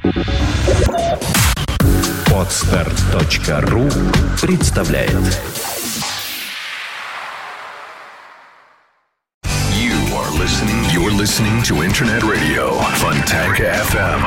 Podster.ru представляет. You're listening to Internet Radio Fontanka FM.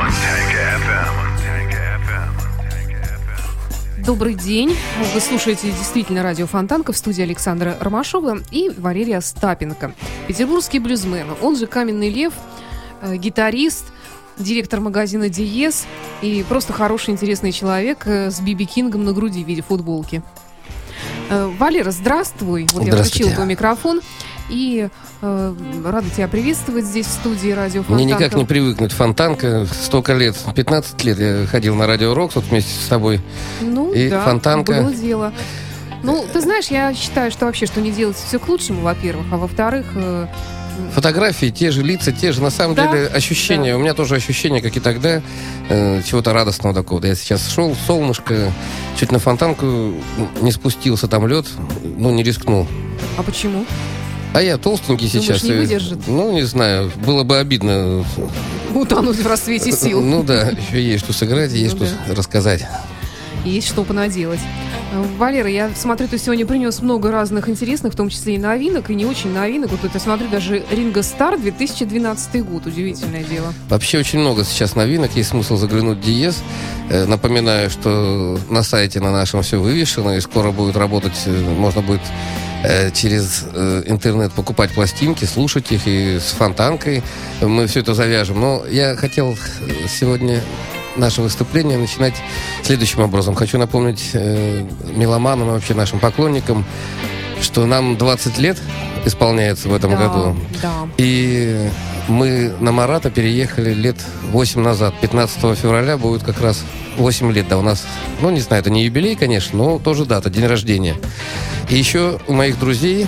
Добрый день. Вы слушаете действительно радио Фонтанка, в студии Александра Ромашова и Валерия Остапенко. Петербургский блюзмен, он же Каменный Лев, гитарист, директор магазина Диез и просто хороший, интересный человек с Би-Би Кингом на груди в виде футболки. Валера, здравствуй. Вот я включила твой микрофон. И рада тебя приветствовать здесь, в студии радио Фонтанка. Мне никак не привыкнуть. Фонтанка, столько лет, 15 лет я ходил на Радио Рокс вот вместе с тобой. Ну, и да, Фонтанка. Было дело. Ну, ты знаешь, я считаю, что вообще, что не делать все к лучшему, во-первых, а во-вторых... Фотографии, те же лица, те же, на самом деле, ощущения. Да. У меня тоже ощущения, как и тогда, чего-то радостного такого. Я сейчас шел, солнышко, чуть на Фонтанку не спустился, там лед, не рискнул. А почему? А я толстенький сейчас. Не выдержит? Не знаю, было бы обидно. Утонуть в рассвете сил. Ну да, еще есть что сыграть, есть что рассказать. Есть что понаделать. Валера, я смотрю, ты сегодня принес много разных интересных, в том числе и новинок, и не очень новинок. Вот я смотрю, даже Ринго Стар 2012 год. Удивительное дело. Вообще очень много сейчас новинок. Есть смысл заглянуть в Диез. Напоминаю, что на сайте на нашем все вывешено, и скоро будет работать, можно будет через интернет покупать пластинки, слушать их, и с Фонтанкой мы все это завяжем. Но я хотел сегодня наше выступление начинать следующим образом. Хочу напомнить меломанам и вообще нашим поклонникам, что нам 20 лет исполняется в этом году. Да. И мы на Марата переехали лет 8 назад. 15 февраля будет как раз 8 лет. Да, у нас, не знаю, это не юбилей, конечно, но тоже дата, день рождения. И еще у моих друзей,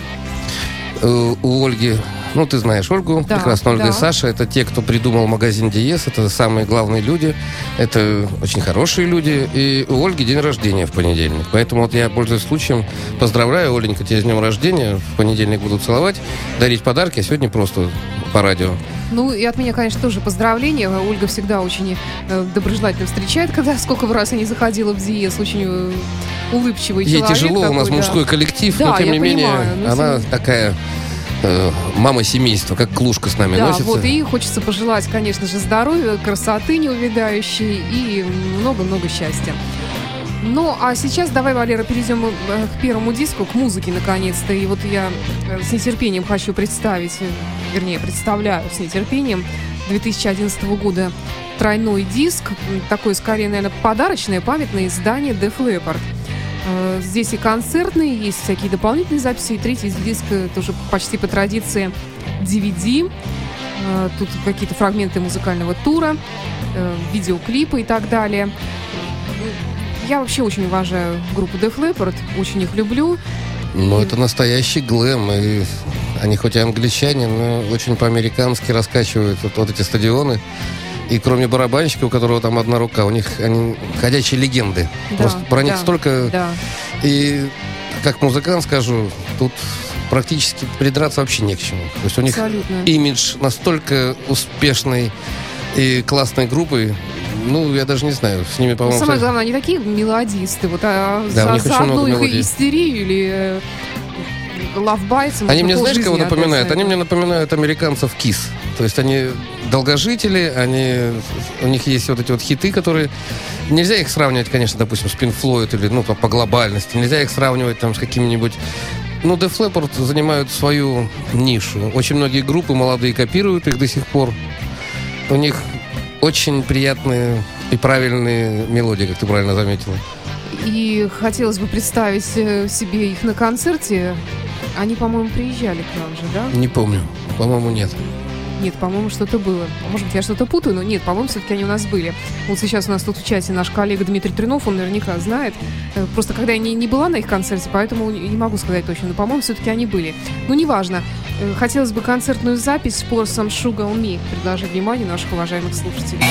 у Ольги, ты знаешь Ольгу, прекрасно, Ольга и Саша, это те, кто придумал магазин Диез, это самые главные люди, это очень хорошие люди, и у Ольги день рождения в понедельник. Поэтому я, пользуясь случаем, поздравляю, Оленька, тебя с днем рождения, в понедельник буду целовать, дарить подарки, а сегодня просто по радио. И от меня, конечно, тоже поздравления. Ольга всегда очень доброжелательно встречает, сколько раз я не заходила в Диез, очень улыбчивый человек. Ей тяжело, такой, у нас мужской коллектив, но тем не менее, она такая... мама семейства, как клушка с нами носится. И хочется пожелать, конечно же, здоровья, красоты неувядающей и много-много счастья. А сейчас давай, Валера, перейдем к первому диску, к музыке, наконец-то. И я с нетерпением хочу представляю с нетерпением 2011 года тройной диск. Такое, скорее, наверное, подарочное, памятное издание Def Leppard. Здесь и концертные, есть всякие дополнительные записи. И третий диск тоже почти по традиции DVD. Тут какие-то фрагменты музыкального тура, видеоклипы и так далее. Я вообще очень уважаю группу Def Leppard, очень их люблю. Это настоящий глэм. И они хоть и англичане, но очень по-американски раскачивают вот эти стадионы. И кроме барабанщика, у которого там одна рука, у них они ходячие легенды. Просто про них столько... Да. И как музыкант скажу, тут практически придраться вообще не к чему. То есть у них имидж настолько успешной и классной группы, я даже не знаю, с ними, по-моему... Самое главное, они такие мелодисты. За одну их истерию или Love Bites... Они мне, знаешь, кого напоминают? Они мне напоминают американцев Kiss. То есть они долгожители, у них есть вот эти вот хиты, которые... Нельзя их сравнивать, конечно, допустим, с Pink Floyd или, по глобальности. Нельзя их сравнивать там с каким-нибудь... Def Leppard занимают свою нишу. Очень многие группы молодые копируют их до сих пор. У них очень приятные и правильные мелодии, как ты правильно заметила. И хотелось бы представить себе их на концерте. Они, по-моему, приезжали к нам же, да? Не помню. По-моему, нет. Нет, по-моему, что-то было. Может быть, я что-то путаю, но нет, по-моему, все-таки они у нас были. Вот сейчас у нас тут в чате наш коллега Дмитрий Тринов, он наверняка знает. Просто когда я не была на их концерте, поэтому не могу сказать точно. Но, по-моему, все-таки они были. Неважно. Хотелось бы концертную запись Pour Some Sugar on Me предложить вниманию наших уважаемых слушателей.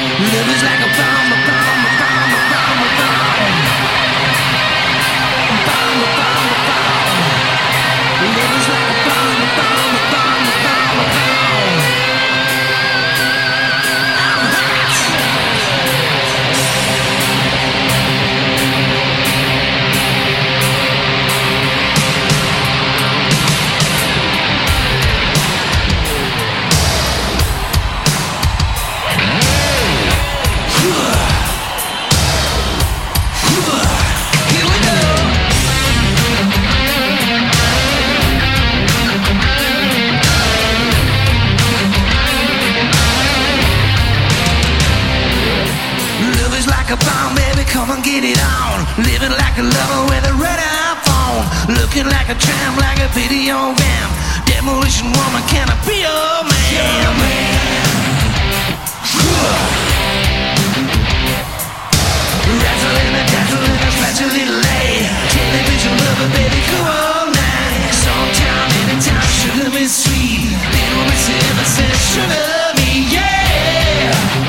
Living's like a bomb, a bomb, a bomb, a bomb, a bomb. Walking like a tramp, like a video vamp. Demolition woman, can I be your man? Your man. Rattling and dazzling and flashing lay. Television lover, baby, come on now. Sometime, anytime, sugar me sweet. Little miss ever said, sugar me, yeah.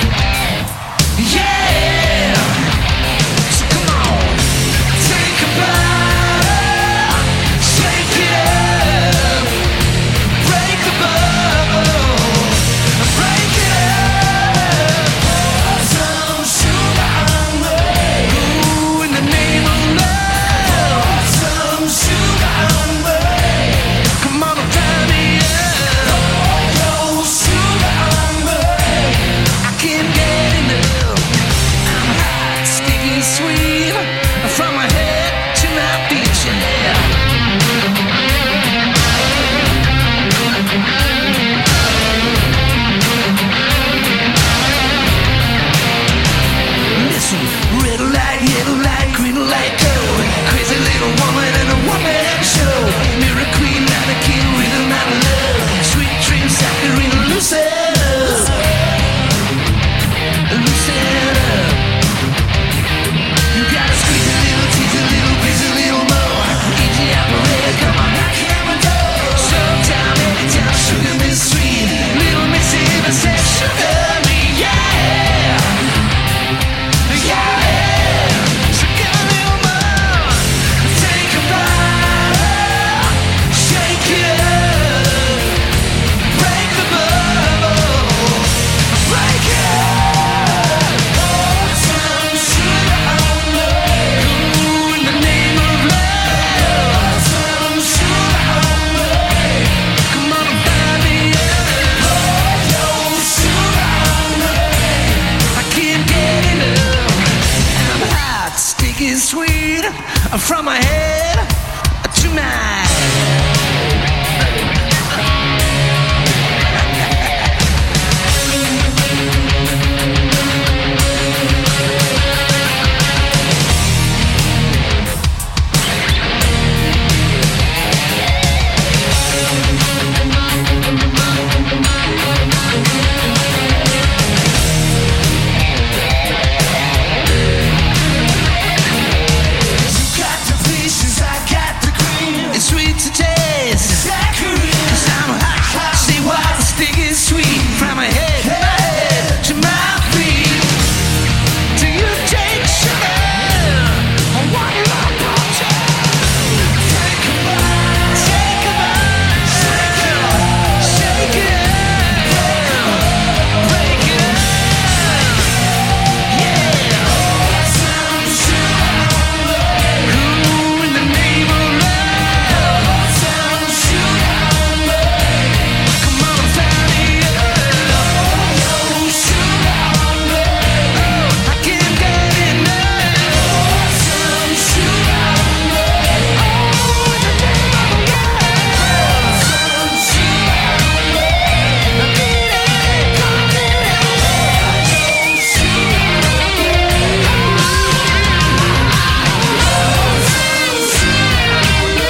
Yeah. So come on, take a bite, shake it up, break the bubble, break it up. Pour some sugar on me. Ooh, in the name of love. Pour some sugar on me. Come on, fry me up. Pour your sugar on me. I can't get enough. I'm hot, sticky, sweet, from my head to my feet, yeah. Listen, red light, yellow light, green light, go. Crazy little woman in a one-man show. Mirror queen, not a king, rhythm, not love. Sweet dream, saccharine, loosen up. Loosen up. You gotta squeeze a little, tease a little, breeze a little more. Easy operator, come on, knock on my door. Sometime, anytime, sugar me sweet. Little missy, even said sugar me, yeah. Yeah. So give a little more. Take a bite, shake it up, break the bubble, break it up. Pour some sugar on me. Ooh, in the name of love. Pour some sugar on me. Come on and find me up. Pour your sugar on me. I can't get enough. I'm hot, sticky, sweet, from my head to my. You got the pieces, I got the cream. It's sweet to taste. Saccharine. 'Cause I'm hot, see what sticky, sweet, from my head to my feet. Do you take sugar? Or what love brought you? Take a bite, shake it up, shake it up, break it up, yeah. Some sugar on me. Ooh, in the name of love. Some sugar on me. Come on, find me up. Your sugar on me. I can't get enough. Some sugar on me. Oh, in the name of love. Some sugar on me. I need it, come in it. Some sugar on me. Some sugar on me.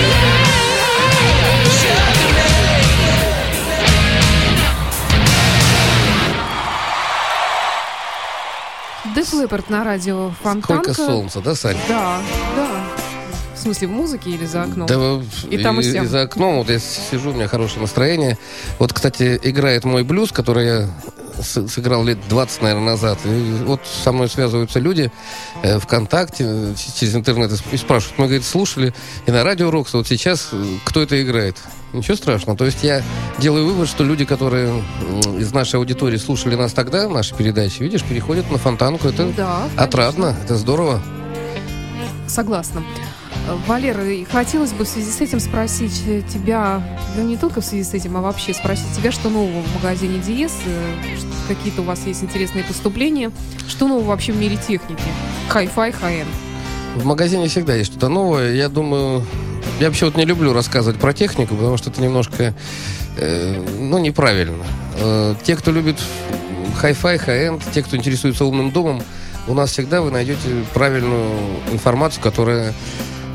Def Leppard на радио Фонтанка. Сколько солнца, да, Сань? Да, да. В смысле, в музыке или за окном? Да, И там, и сям. за окном, вот я сижу, у меня хорошее настроение. Вот, кстати, играет мой блюз, который я сыграл лет 20, наверное, назад. И вот со мной связываются люди ВКонтакте, через интернет, и спрашивают. Мы, говорит, слушали и на радио Рокс, вот сейчас кто это играет? Ничего страшного. То есть я делаю вывод, что люди, которые из нашей аудитории слушали нас тогда, наши передачи, видишь, переходят на Фонтанку. Это Да, отрадно, это здорово. Согласна. Валера, хотелось бы в связи с этим спросить тебя, ну не только в связи с этим, а вообще спросить тебя, что нового в магазине Диез, какие-то у вас есть интересные поступления, что нового вообще в мире техники, хай-фай, хай-энд? В магазине всегда есть что-то новое. Я думаю, я вообще вот не люблю рассказывать про технику, потому что это немножко, неправильно. Те, кто любит хай-фай, хай-энд, те, кто интересуется умным домом, у нас всегда вы найдете правильную информацию, которая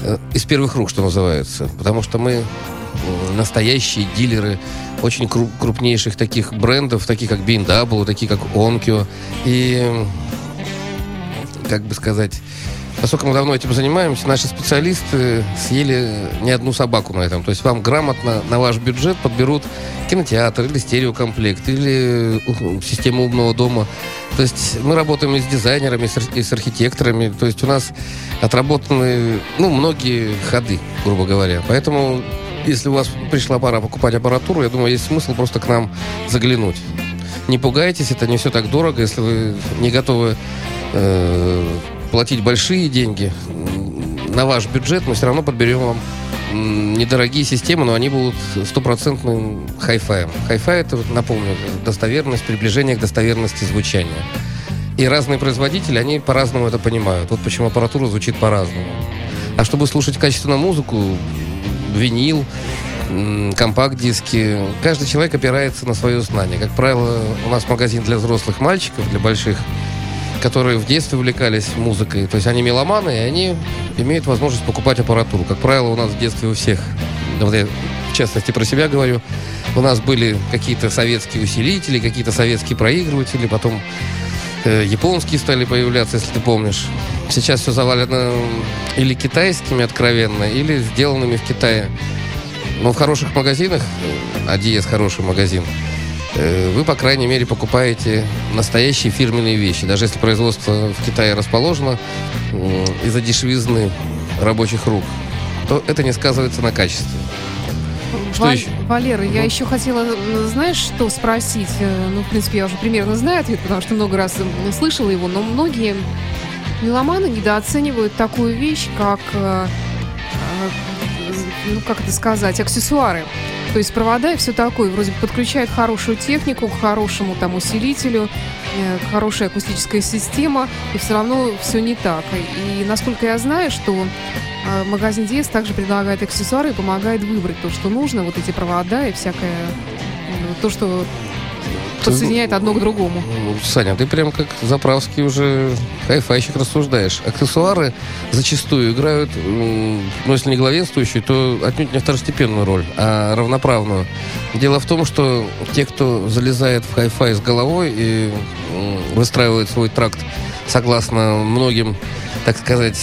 из первых рук, что называется. Потому что мы настоящие дилеры очень крупнейших таких брендов, таких как B&W, такие как Onkyo. И, как бы сказать, поскольку мы давно этим занимаемся, наши специалисты съели не одну собаку на этом. То есть вам грамотно на ваш бюджет подберут кинотеатр или стереокомплект, или систему умного дома. То есть мы работаем и с дизайнерами, и с архитекторами. То есть у нас отработаны, многие ходы, грубо говоря. Поэтому, если у вас пришла пора покупать аппаратуру, я думаю, есть смысл просто к нам заглянуть. Не пугайтесь, это не все так дорого. Если вы не готовы платить большие деньги, на ваш бюджет мы все равно подберем вам недорогие системы, но они будут стопроцентным хай-фаем. Хай-фай — это, напомню, достоверность, приближение к достоверности звучания. И разные производители, они по-разному это понимают. Вот почему аппаратура звучит по-разному. А чтобы слушать качественную музыку, винил, компакт-диски, каждый человек опирается на свое знание. Как правило, у нас магазин для взрослых мальчиков, для больших, которые в детстве увлекались музыкой. То есть они меломаны, и они имеют возможность покупать аппаратуру. Как правило, у нас в детстве у всех, вот я в частности про себя говорю, у нас были какие-то советские усилители, какие-то советские проигрыватели, потом японские стали появляться, если ты помнишь. Сейчас все завалено или китайскими откровенно, или сделанными в Китае. Но в хороших магазинах, ADS хороший магазин, вы, по крайней мере, покупаете настоящие фирменные вещи. Даже если производство в Китае расположено из-за дешевизны рабочих рук, то это не сказывается на качестве. Что еще? Валера, я еще хотела, знаешь, что спросить? В принципе, я уже примерно знаю ответ, потому что много раз слышала его, но многие меломаны недооценивают такую вещь, как, как это сказать, аксессуары. То есть провода и все такое. Вроде бы подключают хорошую технику к хорошему усилителю, хорошая акустическая система, и все равно все не так. И насколько я знаю, что магазин DS также предлагает аксессуары и помогает выбрать то, что нужно, вот эти провода и всякое, то, что подсоединяет одно к другому. Саня, ты прям как заправский уже хай-файщик рассуждаешь. Аксессуары зачастую играют, если не главенствующую, то отнюдь не второстепенную роль, а равноправную. Дело в том, что те, кто залезает в хай-фай с головой и выстраивает свой тракт согласно многим, так сказать,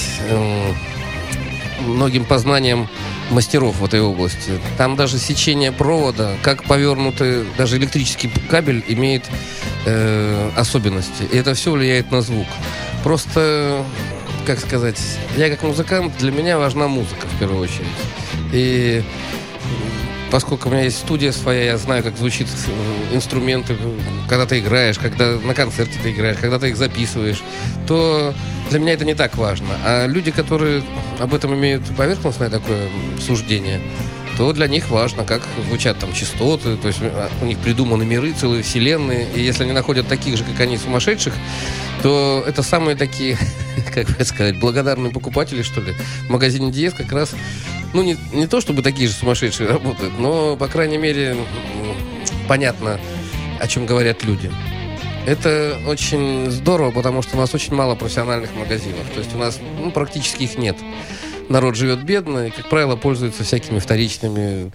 многим познаниям мастеров в этой области. Там даже сечение провода, как повернутый даже электрический кабель, имеет особенности. И это все влияет на звук. Просто, как сказать, я как музыкант, для меня важна музыка в первую очередь. И поскольку у меня есть студия своя, я знаю, как звучат инструменты, когда ты играешь, когда на концерте ты играешь, когда ты их записываешь, то для меня это не так важно. А люди, которые об этом имеют поверхностное такое суждение, то для них важно, как звучат там частоты, то есть у них придуманы миры, целые вселенные, и если они находят таких же, как они, сумасшедших, то это самые такие, как бы сказать, благодарные покупатели, что ли. В магазине DS как раз, не то чтобы такие же сумасшедшие работают, но, по крайней мере, понятно, о чем говорят люди. Это очень здорово, потому что у нас очень мало профессиональных магазинов. То есть у нас практически их нет. Народ живет бедно и, как правило, пользуется всякими вторичными,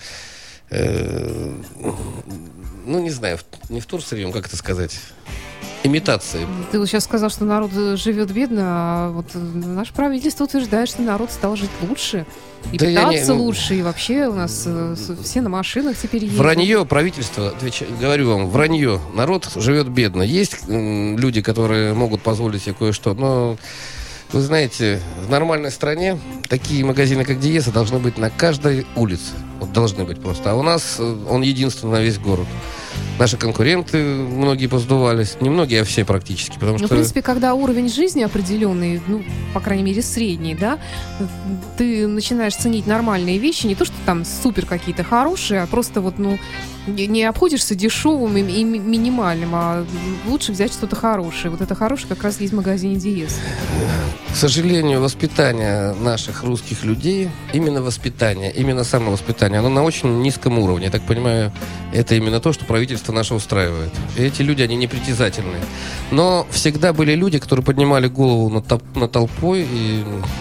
не знаю, не вторсырьем, как это сказать, имитацией. Ты вот сейчас сказал, что народ живет бедно, а вот наше правительство утверждает, что народ стал жить лучше, и да питаться лучше, и вообще у нас все на машинах теперь ездят. Вранье правительство, говорю вам, вранье. Народ живет бедно. Есть люди, которые могут позволить себе кое-что, но вы знаете, в нормальной стране такие магазины, как DS, должны быть на каждой улице. Вот должны быть просто. А у нас он единственный на весь город. Наши конкуренты, многие поздувались. Не многие, а все практически. Потому что... в принципе, когда уровень жизни определенный, по крайней мере, средний, да, ты начинаешь ценить нормальные вещи, не то, что там супер какие-то хорошие, а просто не обходишься дешевым и минимальным, а лучше взять что-то хорошее. Вот это хорошее как раз есть в магазине DS. К сожалению, воспитание наших русских людей, именно воспитание, именно самовоспитание, оно на очень низком уровне. Я так понимаю, это именно то, что правительство наше устраивает. И эти люди, они непритязательные. Но всегда были люди, которые поднимали голову над толпой и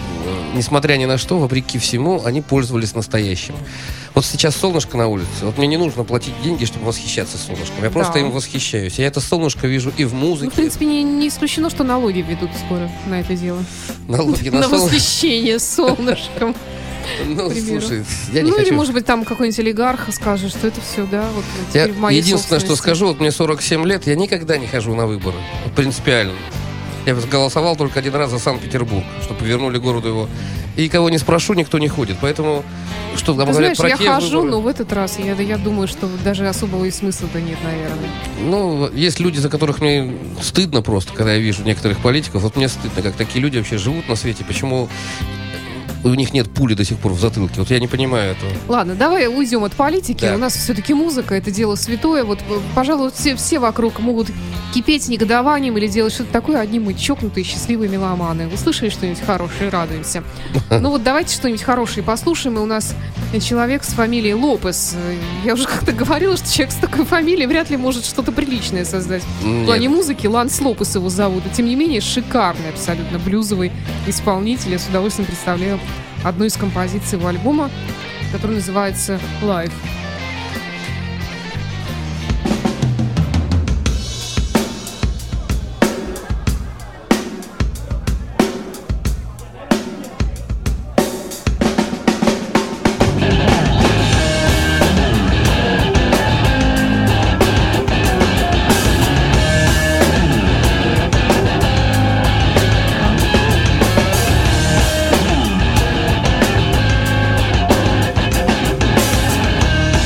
несмотря ни на что, вопреки всему, они пользовались настоящим. Вот сейчас солнышко на улице. Вот мне не нужно платить деньги, чтобы восхищаться солнышком. Я просто Да. им восхищаюсь. Я это солнышко вижу и в Ну, музыке. в принципе, не исключено, что налоги ведут скоро на это дело. Налоги На на солнышко. восхищение солнышком. Ну, к примеру. слушай, я не Ну, или, хочу. может быть, там какой-нибудь олигарх скажет, что это все, да, вот теперь в моей Единственное, что собственности. скажу, вот мне 47 лет, я никогда не хожу на выборы. Вот принципиально. Я голосовал только один раз за Санкт-Петербург, чтобы вернули городу его. И кого не спрошу, никто не ходит. Поэтому, что там Ты говорят знаешь, про я те хожу, выборы. но в этот раз я думаю, что даже особого и смысла-то нет, наверное. Ну, есть люди, за которых мне стыдно просто, когда я вижу некоторых политиков. Вот мне стыдно, как такие люди вообще живут на свете. Почему у них нет пули до сих пор в затылке? Вот я не понимаю этого. Ладно, давай уйдем от политики. Да. У нас все-таки музыка, это дело святое. Вот, пожалуй, все вокруг могут кипеть негодованием или делать что-то такое. Одни мы чокнутые, счастливые меломаны. Услышали что-нибудь хорошее, радуемся. Ну вот давайте что-нибудь хорошее послушаем. И у нас человек с фамилией Лопес. Я уже как-то говорила, что человек с такой фамилией вряд ли может что-то приличное создать. В плане музыки Ланс Лопес его зовут. И тем не менее шикарный абсолютно блюзовый исполнитель. Я с удовольствием представляю одну из композиций его альбома, который называется «Live». Live.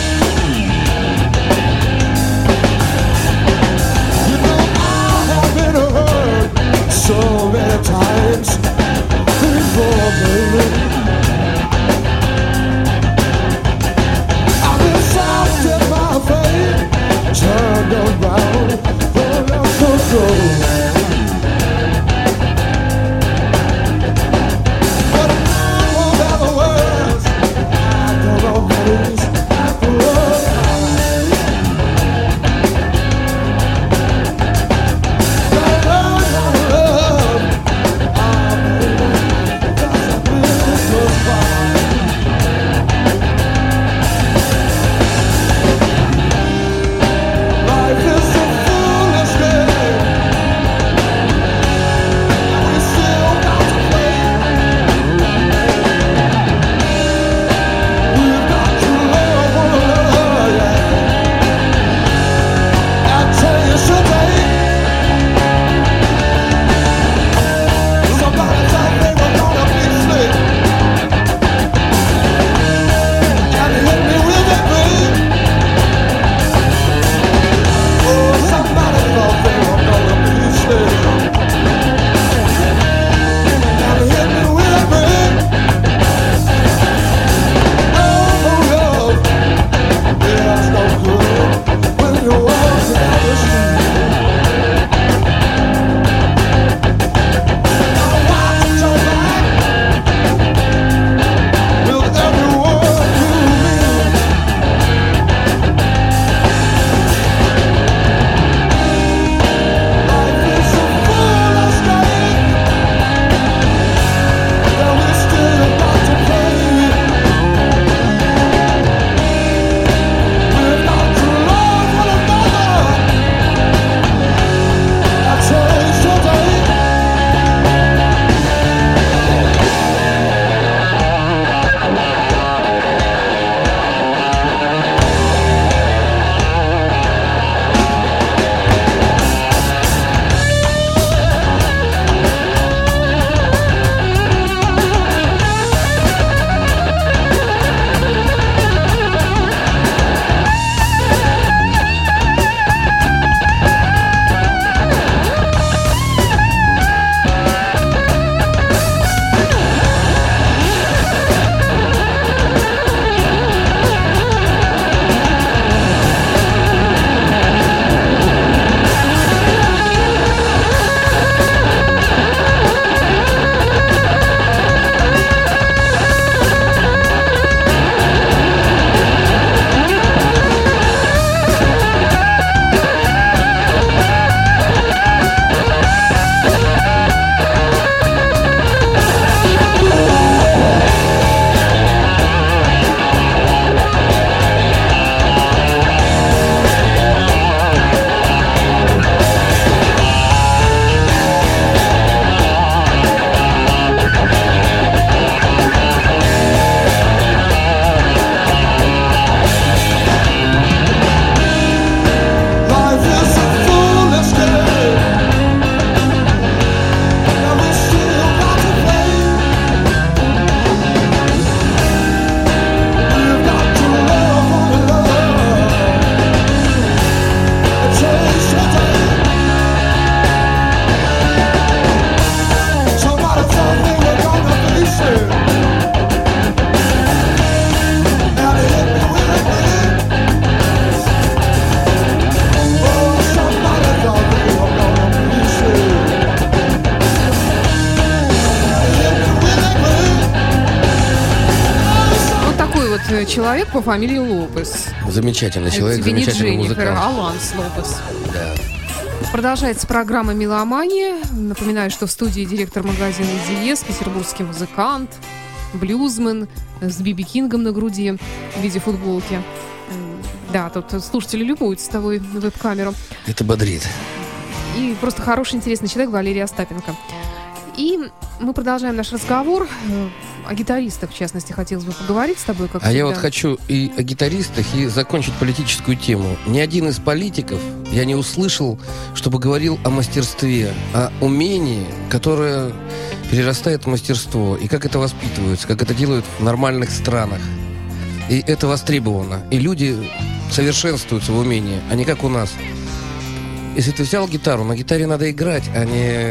человек по фамилии Лопес. Замечательный человек, Это тебе не замечательный Дженнифер, музыкант. а Ланс Лопес. Да. Продолжается программа «Меломания». Напоминаю, что в студии директор магазина «Диез», петербургский музыкант, блюзмен с Биби Кингом на груди в виде футболки. Да, тут слушатели любуются с тобой на веб-камеру. Это бодрит. И просто хороший, интересный человек Валерий Остапенко. И мы продолжаем наш разговор. О гитаристах, в частности, хотелось бы поговорить с тобой. Как А всегда. я вот хочу и о гитаристах, и закончить политическую тему. Ни один из политиков я не услышал, чтобы говорил о мастерстве, о умении, которое перерастает в мастерство, и как это воспитывается, как это делают в нормальных странах. И это востребовано. И люди совершенствуются в умении, а не как у нас. Если ты взял гитару, на гитаре надо играть, а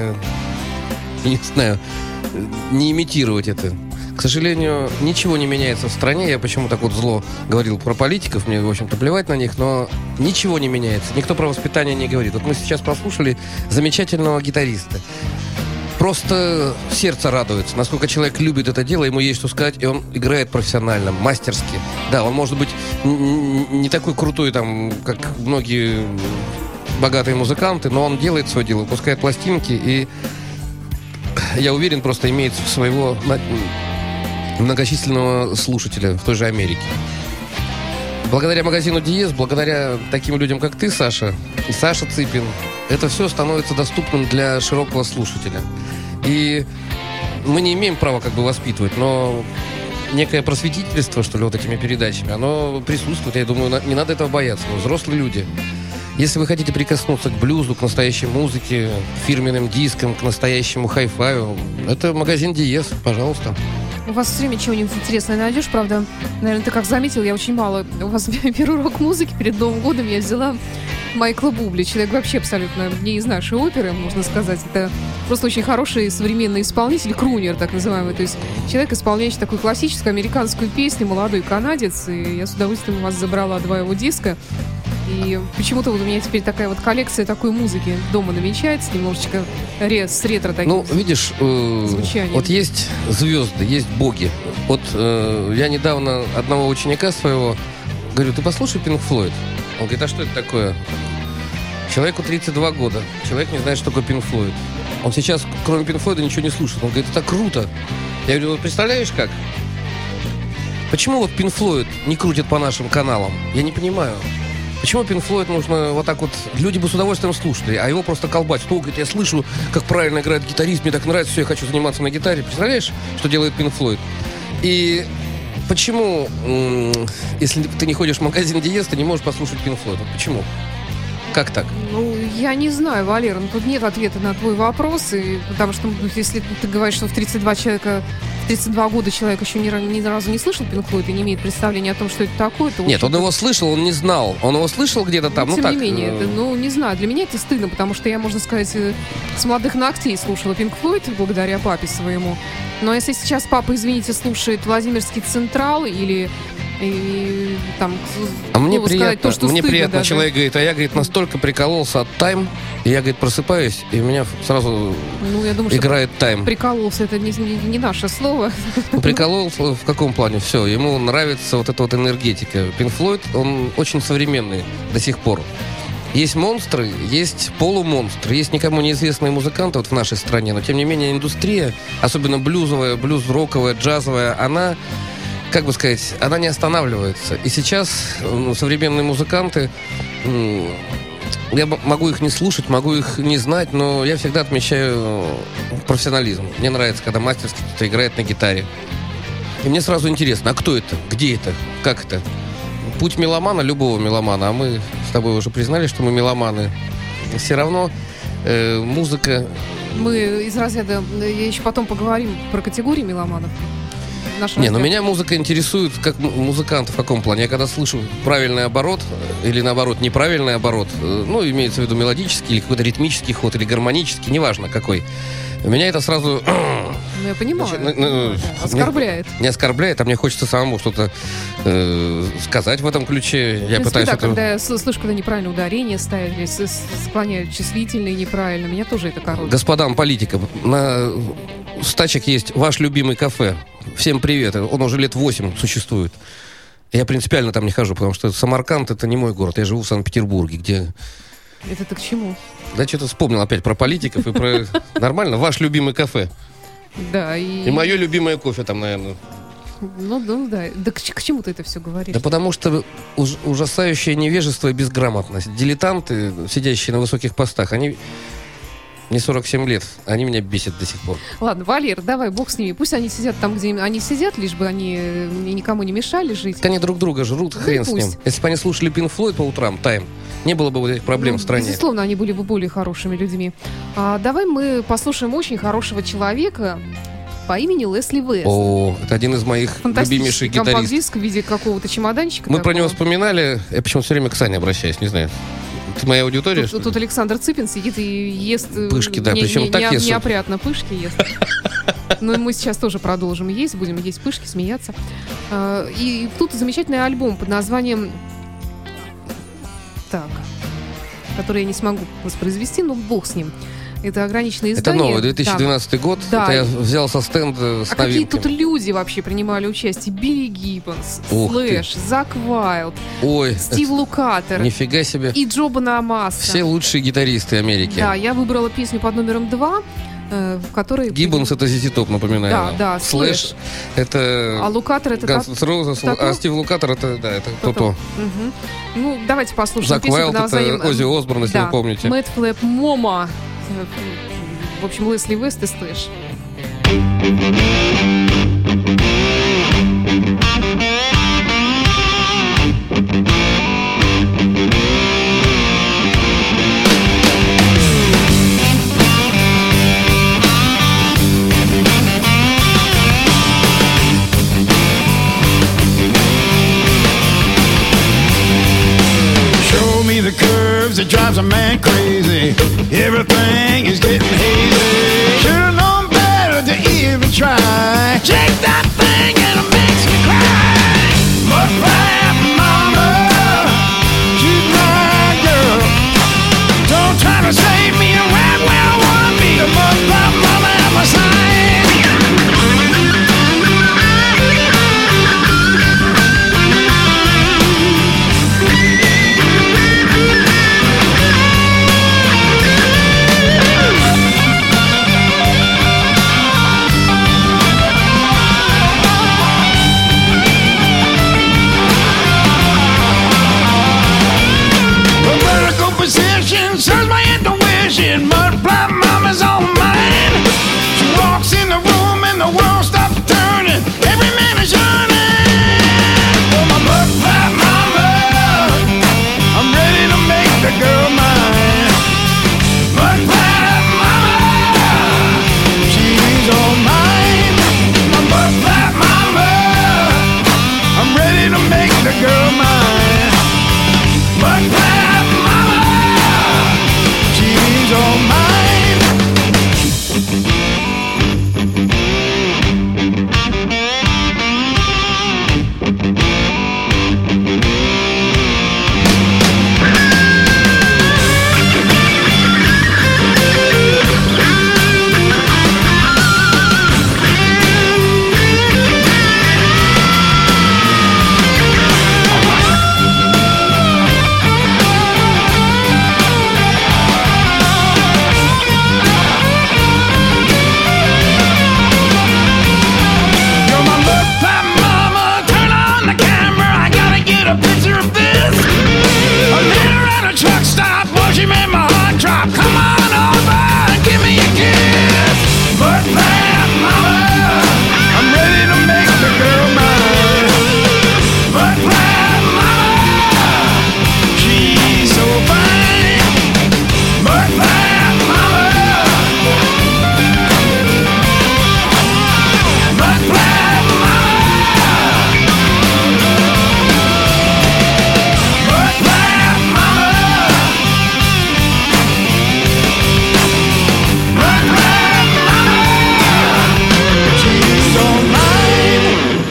не знаю, не имитировать это. К сожалению, ничего не меняется в стране. Я почему так вот зло говорил про политиков, мне, в общем-то, плевать на них, но ничего не меняется. Никто про воспитание не говорит. Вот мы сейчас прослушали замечательного гитариста. Просто сердце радуется, насколько человек любит это дело, ему есть что сказать, и он играет профессионально, мастерски. Да, он может быть не такой крутой, там, как многие богатые музыканты, но он делает свое дело, выпускает пластинки, и я уверен, просто имеет своего многочисленного слушателя в той же Америке. Благодаря магазину «Диез», благодаря таким людям, как ты, Саша, и Саша Цыпин, это все становится доступным для широкого слушателя. И мы не имеем права как бы воспитывать, но некое просветительство, что ли, вот этими передачами, оно присутствует. Я думаю, не надо этого бояться. Мы взрослые люди. Если вы хотите прикоснуться к блюзу, к настоящей музыке, к фирменным дискам, к настоящему хай-фаю, это магазин «Диез», пожалуйста. У вас все время чего-нибудь интересное найдешь, правда? Наверное, ты как заметил, я очень мало. У вас первый урок музыки перед Новым годом я взяла Майкла Бубли. Человек вообще абсолютно не из нашей оперы, можно сказать. Это просто очень хороший современный исполнитель, крунер так называемый. То есть человек, исполняющий такую классическую американскую песню, молодой канадец. И я с удовольствием у вас забрала 2 его диска. И почему-то вот у меня теперь такая вот коллекция такой музыки дома намечается, немножечко с ретро таким. Ну, видишь, звучанием. вот есть звезды, есть боги. Вот я недавно одного ученика своего говорю, ты послушай Pink Floyd. Он говорит, а что это такое? Человеку 32 года. Человек не знает, что такое Pink Floyd. Он сейчас, кроме Pink Floyd, ничего не слушает. Он говорит, это круто. Я говорю, вот представляешь как? Почему вот Pink Floyd не крутят по нашим каналам? Я не понимаю. Почему Pink Floyd нужно вот так вот... Люди бы с удовольствием слушали, а его просто колбасит. Ну, говорит, я слышу, как правильно играет гитарист, мне так нравится, все, я хочу заниматься на гитаре. Представляешь, что делает Pink Floyd? И почему, если ты не ходишь в магазин «Диез», ты не можешь послушать Pink Floyd? Вот почему? Как так? Ну, я не знаю, Валера, ну, тут нет ответа на твой вопрос, и, потому что если ты говоришь, что в 32 года человек еще ни разу не слышал Pink Floyd и не имеет представления о том, что это такое, то... Нет, он его слышал, он не знал. Он его слышал где-то там, Тем так. не менее, это, не знаю, для меня это стыдно, потому что я, можно сказать, с молодых ногтей слушала Pink Floyd благодаря папе своему. Но если сейчас папа, извините, слушает Владимирский Централ или... И, там, а мне сказать, приятно, то, что мне стыдно приятно, даже. человек говорит, а я, говорит, настолько прикололся от Time, и я, говорит, просыпаюсь, и у меня сразу Я думаю, играет Time. Прикололся, это не наше слово. Прикололся в каком плане? Все, ему нравится вот эта вот энергетика. Pink Floyd, он очень современный до сих пор. Есть монстры, есть полумонстры, есть никому неизвестные музыканты вот в нашей стране, но тем не менее индустрия, особенно блюзовая, блюз-роковая, джазовая, она... Как бы сказать, она не останавливается. И сейчас современные музыканты, я могу их не слушать, могу их не знать, но я всегда отмечаю профессионализм. Мне нравится, когда мастерски кто-то играет на гитаре. И мне сразу интересно, а кто это? Где это? Как это? Путь меломана, любого меломана, а мы с тобой уже признали, что мы меломаны. Все равно музыка... Мы из разряда... Еще потом поговорим про категории меломанов. Не, но меня музыка интересует как музыкант в каком плане. Я когда слышу правильный оборот или наоборот неправильный оборот, имеется в виду мелодический или какой-то ритмический ход или гармонический, неважно какой, меня это сразу... я понимаю. Оскорбляет. Не оскорбляет, а мне хочется самому что-то сказать в этом ключе. Я пытаюсь это... когда я слышу, когда неправильное ударение ставят, или склоняют числительные неправильно, меня тоже это коробит. Господам политикам, на стачек есть ваш любимый кафе. Всем привет. Он уже лет 8 существует. Я принципиально там не хожу, потому что Самарканд — это не мой город. Я живу в Санкт-Петербурге, где... Это ты к чему? Да что-то вспомнил опять про политиков и про... Нормально, ваш любимый кафе. Да, И мое любимое кофе там, наверное. Ну да. Да к чему ты это все говоришь? Да потому что ужасающее невежество и безграмотность. Дилетанты, сидящие на высоких постах, они... Мне 47 лет, они меня бесят до сих пор. Ладно, Валер, давай, бог с ними. Пусть они сидят там, где они сидят, лишь бы они никому не мешали жить. Так они друг друга жрут, хрен с ним. пусть. Если бы они слушали Pink Floyd по утрам, Time, не было бы вот этих проблем в стране. Безусловно, они были бы более хорошими людьми. Давай мы послушаем очень хорошего человека по имени Лесли Вест. О, это один из моих Фантастический любимейших гитаристов. компакт-диск в виде какого-то чемоданчика. Мы про такого. него вспоминали. Я почему-то все время к Сане обращаюсь, не знаю. Это моя аудитория, что ли? Тут Александр Цыпин сидит и ест... Пышки, да, причем так ест, что- неопрятно пышки ест. Но мы сейчас тоже продолжим есть, будем есть пышки, смеяться. И тут замечательный альбом под названием... Так, который я не смогу воспроизвести, но бог с ним. Это ограниченное Это издание. новый, 2012 год. Да. Это я взял со стенда с А какие новинками. тут люди вообще принимали участие? Билли Гиббонс, Ух ты. Слэш, Зак Уайлд, Ой, Стив Лукатер нифига себе. и Джо Бонамасса. Все лучшие гитаристы Америки. Да, я выбрала песню под номером 2, в которой... Гиббонс — это ZZ Top, напоминаю. Да, да, Слэш — это... А Лукатер это... Guns N' Roses, Тото? а Стив Лукатер — это, да, это Тото. Мгм. Ну, давайте послушаем Зак песню Уайлд — под названием... это Оззи Осборн, если да, вы помните. Мэтт Флэп Мома. В общем, Лесли Вест и Слэш. Show me the curves that drives a man crazy. Everything is getting hazy. Should've known better to even try. Shake that thing and it makes me cry. Mud flap mama, she's my girl. Don't try to save me right where I wanna be. The mud flap mama at my side. The vertical position serves my intuition. Mud flap mama's on mine. She walks in the room and the world stops turning. Every man is yearning for my mud flap mama. I'm ready to make the girl mine. Mud flap mama, she's all mine. My mud flap mama, I'm ready to make the girl mine. Mud flap mama, she's all mine. You're my mud flap mama. Turn on the camera. I gotta get a picture of this. I met her at a truck stop. Boy, she made my heart drop. Come on over and give me a kiss. Mud flap mama, I'm ready to make the girl mine. Mud flap mama, she's so fine. Mud flap mama. Mud flap mama. Mud flap mama. Mud flap mama. She's all mine.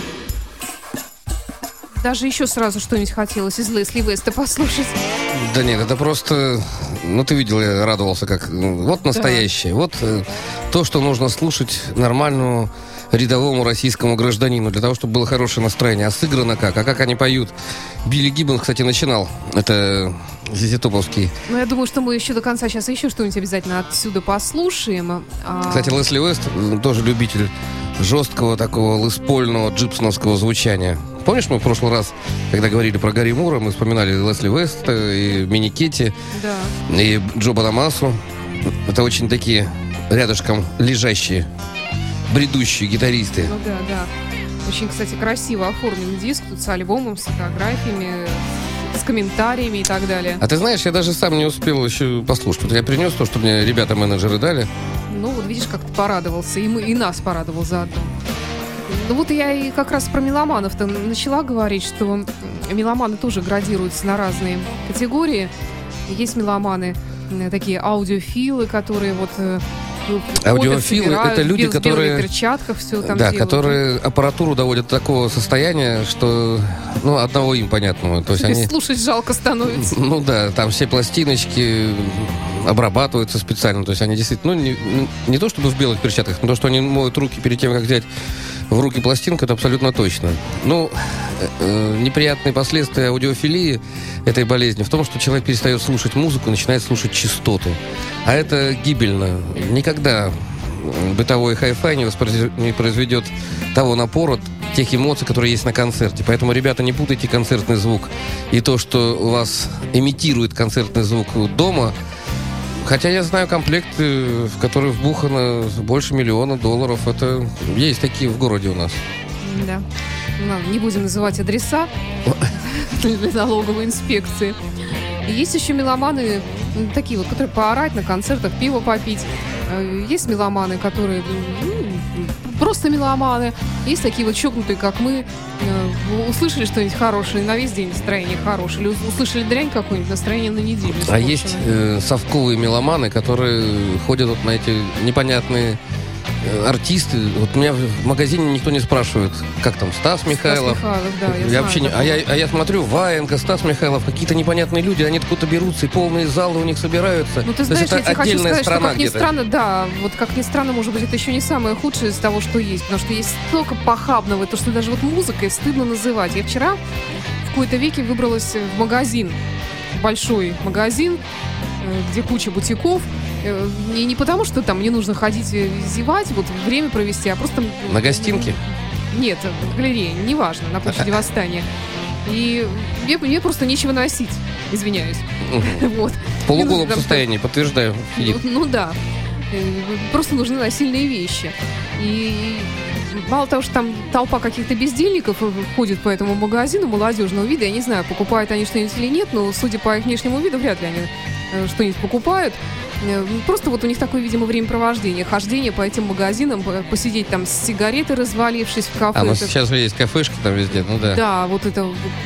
Даже еще сразу что-нибудь хотелось из Лесли Веста послушать. Да нет, это просто... Ну, ты видел, я радовался, как... Вот настоящее. Вот то, что нужно слушать нормальному рядовому российскому гражданину, для того, чтобы было хорошее настроение. А сыграно как? А как они поют? Билли Гиббонс, кстати, начинал. Это Зизитоповский. Ну, я думаю, что мы еще до конца сейчас еще что-нибудь обязательно отсюда послушаем. Кстати, Лесли Уэст тоже любитель жесткого такого лэспольного джипсоновского звучания. Помнишь, мы в прошлый раз, когда говорили про Гарри Мура, мы вспоминали Лесли Уэста и Мини Кетти, Да. и Джо Бонамассу. Это очень такие рядышком лежащие, бредущие гитаристы. Ну да, да. Очень, кстати, красиво оформлен диск. Тут с альбомом, с фотографиями, с комментариями и так далее. А ты знаешь, я даже сам не успел еще послушать. Вот я принес то, что мне ребята-менеджеры дали. Ну, вот видишь, как ты порадовался. И нас порадовал заодно. Ну вот я и как раз про меломанов-то начала говорить, что меломаны тоже градируются на разные категории. Есть меломаны, такие аудиофилы, которые вот... Аудиофилы — это люди, в которые... белых перчатках все там Да, делают. которые аппаратуру доводят до такого состояния, что, ну, одного им понятного. То есть они... Слушать жалко становится. Ну да, там все пластиночки обрабатываются специально. То есть они действительно, ну, не то чтобы в белых перчатках, но то, что они моют руки перед тем, как взять в руки пластинку, это абсолютно точно. Ну, неприятные последствия аудиофилии этой болезни в том, что человек перестает слушать музыку, начинает слушать частоту. А это гибельно. Никогда бытовой хай-фай не произведет того напора, тех эмоций, которые есть на концерте. Поэтому, ребята, не путайте концертный звук и то, что у вас имитирует концертный звук дома. Хотя я знаю комплекты, в которые вбухано больше $1 миллиона. Это есть такие в городе у нас. Да. Ну, не будем называть адреса для налоговой инспекции. И есть еще меломаны, такие вот, которые поорать на концертах, пиво попить. Есть меломаны, которые просто меломаны. Есть такие вот чокнутые, как мы. Услышали что-нибудь хорошее, на весь день настроение хорошее. Или услышали дрянь какую-нибудь, настроение на неделю. А есть совковые меломаны, которые ходят вот на эти непонятные артисты. Вот меня в магазине никто не спрашивает, как там Стас Михайлов. Да, я знаю, вообще я смотрю, Ваенга, Стас Михайлов, какие-то непонятные люди, они откуда-то берутся, и полные залы у них собираются. Ну, ты То есть знаешь, это я тебе хочу отдельная сказать, что, страна как ни где-то. странно, да, вот как ни странно, может быть, это еще не самое худшее из того, что есть, потому что есть столько похабного, то, что даже вот музыкой стыдно называть. Я вчера в какой-то веке выбралась в магазин, большой магазин, где куча бутиков. И не потому, что там мне нужно ходить зевать, вот время провести, а просто... На гостинке? Нет, в галерее, неважно, на площади Восстания. И мне просто нечего носить, извиняюсь. Вот. В полуголом Там- состоянии, подтверждаю. Сидит. Ну да. Просто нужны насильные вещи. И мало того, что там толпа каких-то бездельников ходит по этому магазину молодежного вида, я не знаю, покупают они что-нибудь или нет, но судя по их внешнему виду, вряд ли они что-нибудь покупают. Просто вот у них такое, видимо, времяпровождение, хождение по этим магазинам, посидеть там с сигаретой, развалившись в кафе. А, ну Это- сейчас же есть кафешки там везде, ну да. Да, вот это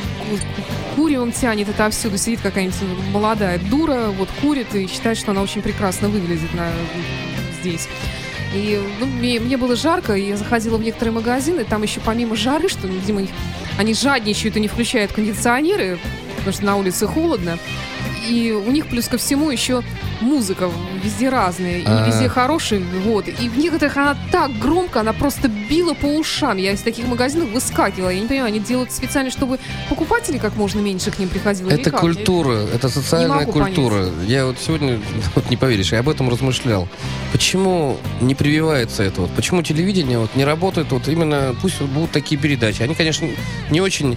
курион тянет это отовсюду. Сидит какая-нибудь молодая дура, вот курит и считает, что она очень прекрасно выглядит здесь. И мне было жарко, и я заходила в некоторые магазины, там еще помимо жары, что, видимо, они жадничают и не включают кондиционеры, потому что на улице холодно. И у них плюс ко всему еще музыка везде разная, и везде хорошая, вот. И в некоторых она так громко, она просто била по ушам. Я из таких магазинов выскакивала. Я не понимаю, они делают специально, чтобы покупателей как можно меньше к ним приходило. или Это как? культура, это социальная могу культура. Я вот сегодня, вот не поверишь, я об этом размышлял. Почему не прививается это? Вот? Почему телевидение вот не работает? Вот именно пусть вот будут такие передачи. Они, конечно, не очень,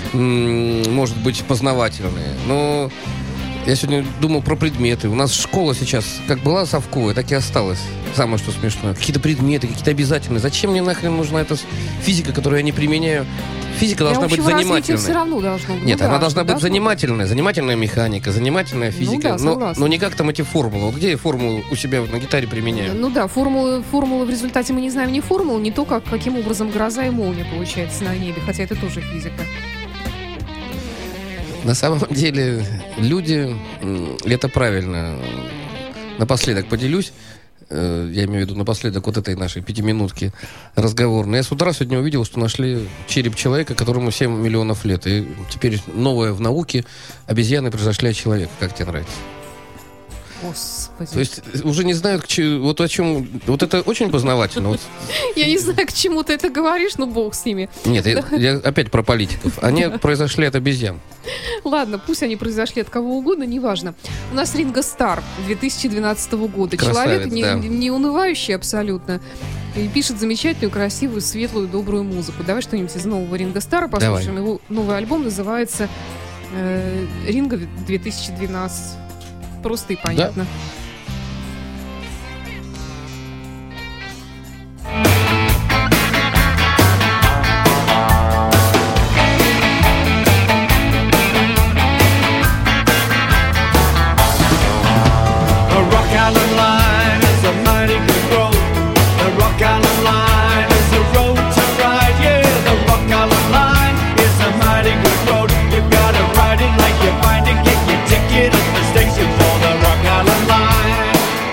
может быть, познавательные, но я сегодня думал про предметы. У нас школа сейчас как была совковая, так и осталась. Самое, что смешное. Какие-то предметы, какие-то обязательные. Зачем мне нахрен нужна эта физика, которую я не применяю? Физика должна быть занимательной. Все равно должно быть. Нет, Ну она да, должна быть должно занимательная. Занимательная механика, занимательная физика. да, согласна. Но не как там эти формулы. Вот где я формулу у себя на гитаре применяю? Ну да, формулы в результате мы не знаем ни формул, ни то, каким образом гроза и молния получается на небе, хотя это тоже физика. На самом деле, люди, это правильно. Напоследок поделюсь. Я имею в виду напоследок вот этой нашей 5-минутки разговорной. Я с утра сегодня увидел, что нашли череп человека, которому 7 миллионов лет. И теперь новое в науке: обезьяны произошли от человека. Как тебе нравится? Господи. То есть уже не знают, вот о чем... Вот это очень познавательно. Вот. Я не знаю, к чему ты это говоришь, но бог с ними. Нет, я опять про политиков. Они произошли от обезьян. Ладно, пусть они произошли от кого угодно, неважно. У нас Ринго Стар 2012 года. Красавец, Человек да. не унывающий абсолютно. И пишет замечательную, красивую, светлую, добрую музыку. Давай что-нибудь из нового Ринго Стара послушаем. Давай. Его новый альбом называется «Ринго 2012». Просто и понятно. The Rock Island Line is a mighty good road. The Rock Island Line is a road to ride. Yeah, the Rock Island Line is a mighty good road. You've got to ride it like you find it. Get your ticket at the station for the Rock Island Line.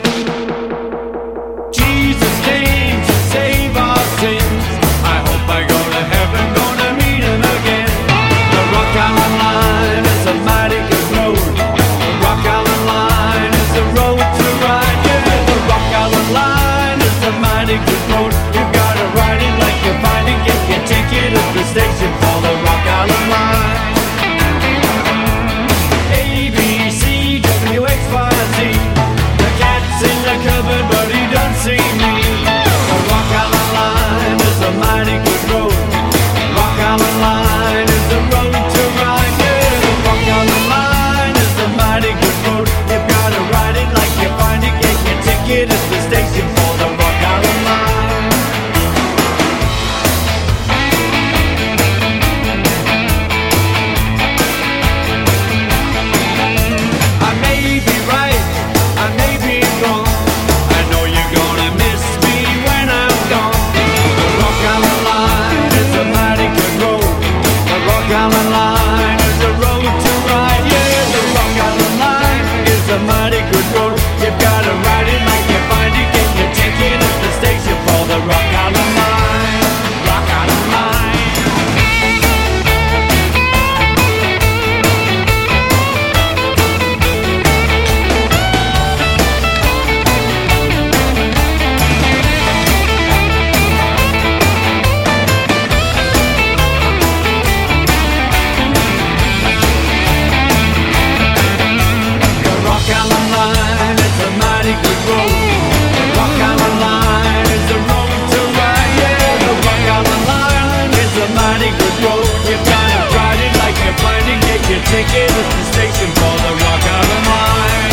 Jesus came to save our sins. I hope I go to heaven, gonna meet him again. The Rock Island Line is a mighty good road. The Rock Island Line is a road to ride. Yeah, the Rock Island Line is a mighty good road. You gotta ride it like you find it. Get your ticket at the station for the Rock Island Line. A, B, C, W, X, Y, Z. The cat's in the cupboard, but he don't see me. The Rock Island Line is a mighty good road. Rock Island Line is a road to ride. Yeah, the Rock Island Line is a mighty good road. You've got to ride it like you find it. Get your ticket at the station for the Rock Island Line. I may be right, I may be wrong. I know you're gonna miss me when I'm gone. The Rock Island Line is a mighty good road. The Rock Island Line is a road to ride. Yeah, the Rock Island Line is a mighty good road. You've gotta ride it like you find it. Get your ticket at the station for the Rock Island Line. Rock Island Line. The Rock Island Line is a mighty good road. The Rock Island Line is a road to ride. Yeah, the Rock Island Line is a mighty good road. You've got to ride it like you find it. Get your ticket at the station for the Rock Island Line.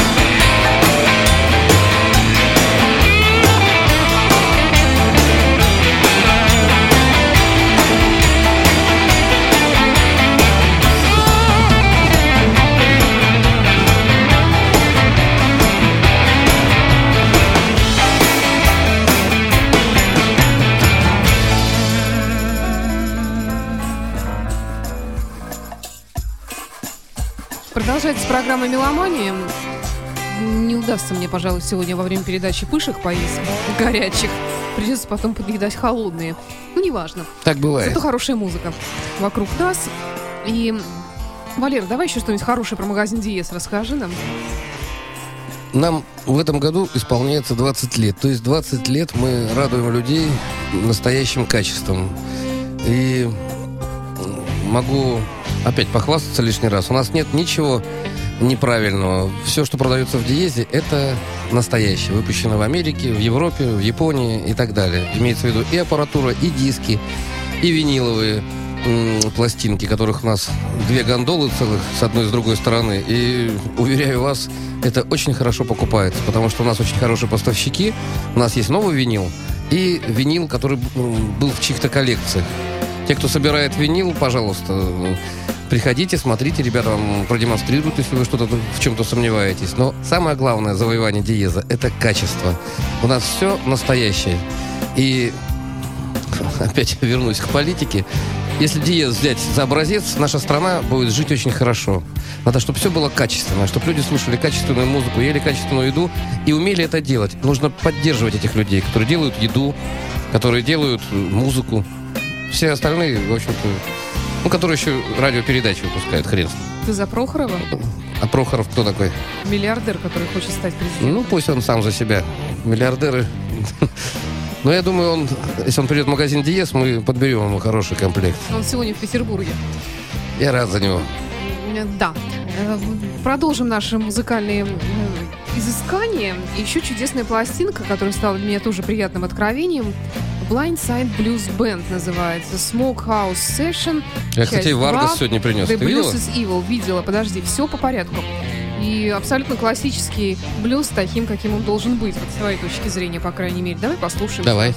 Продолжается программа «Меломания». Не удастся мне, пожалуй, сегодня во время передачи пышек поесть горячих. Придется потом подъедать холодные. Ну, неважно. Так бывает. Зато хорошая музыка вокруг нас. И, Валера, давай еще что-нибудь хорошее про магазин Диез расскажи нам. Нам в этом году исполняется 20 лет. То есть 20 лет мы радуем людей настоящим качеством. И могу опять похвастаться лишний раз. У нас нет ничего неправильного. Все, что продается в Диезе, это настоящее. Выпущено в Америке, в Европе, в Японии и так далее. Имеется в виду и аппаратура, и диски, и виниловые пластинки, которых у нас 2 гондолы целых с одной и с другой стороны. И, уверяю вас, это очень хорошо покупается, потому что у нас очень хорошие поставщики. У нас есть новый винил и винил, который был в чьих-то коллекциях. Те, кто собирает винил, пожалуйста, приходите, смотрите, ребята вам продемонстрируют, если вы что-то в чем-то сомневаетесь. Но самое главное завоевание Диеза – это качество. У нас все настоящее. И опять вернусь к политике. Если Диез взять за образец, наша страна будет жить очень хорошо. Надо, чтобы все было качественно, чтобы люди слушали качественную музыку, ели качественную еду и умели это делать. Нужно поддерживать этих людей, которые делают еду, которые делают музыку. Все остальные, в общем-то, которые еще радиопередачи выпускают, хрен с ним. Ты за Прохорова? А Прохоров кто такой? Миллиардер, который хочет стать президентом. Ну, пусть он сам за себя. Миллиардеры. Но я думаю, он, если он придет в магазин Диез, мы подберем ему хороший комплект. Он сегодня в Петербурге. Я рад за него. Да. Продолжим наши музыкальные изыскания. Еще чудесная пластинка, которая стала для меня тоже приятным откровением. Blindside Blues Band называется. Smokehouse Session. Я, кстати, и Варгас сегодня принес. The Ты видела? Blues is Evil. Видела. Подожди, все по порядку. И абсолютно классический блюз таким, каким он должен быть. Вот с твоей точки зрения, по крайней мере. Давай послушаем. Давай.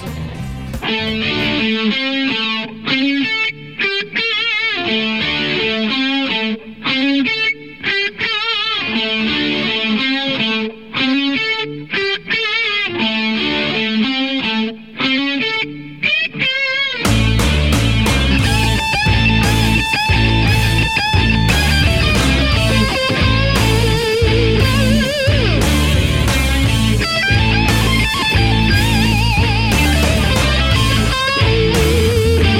Thank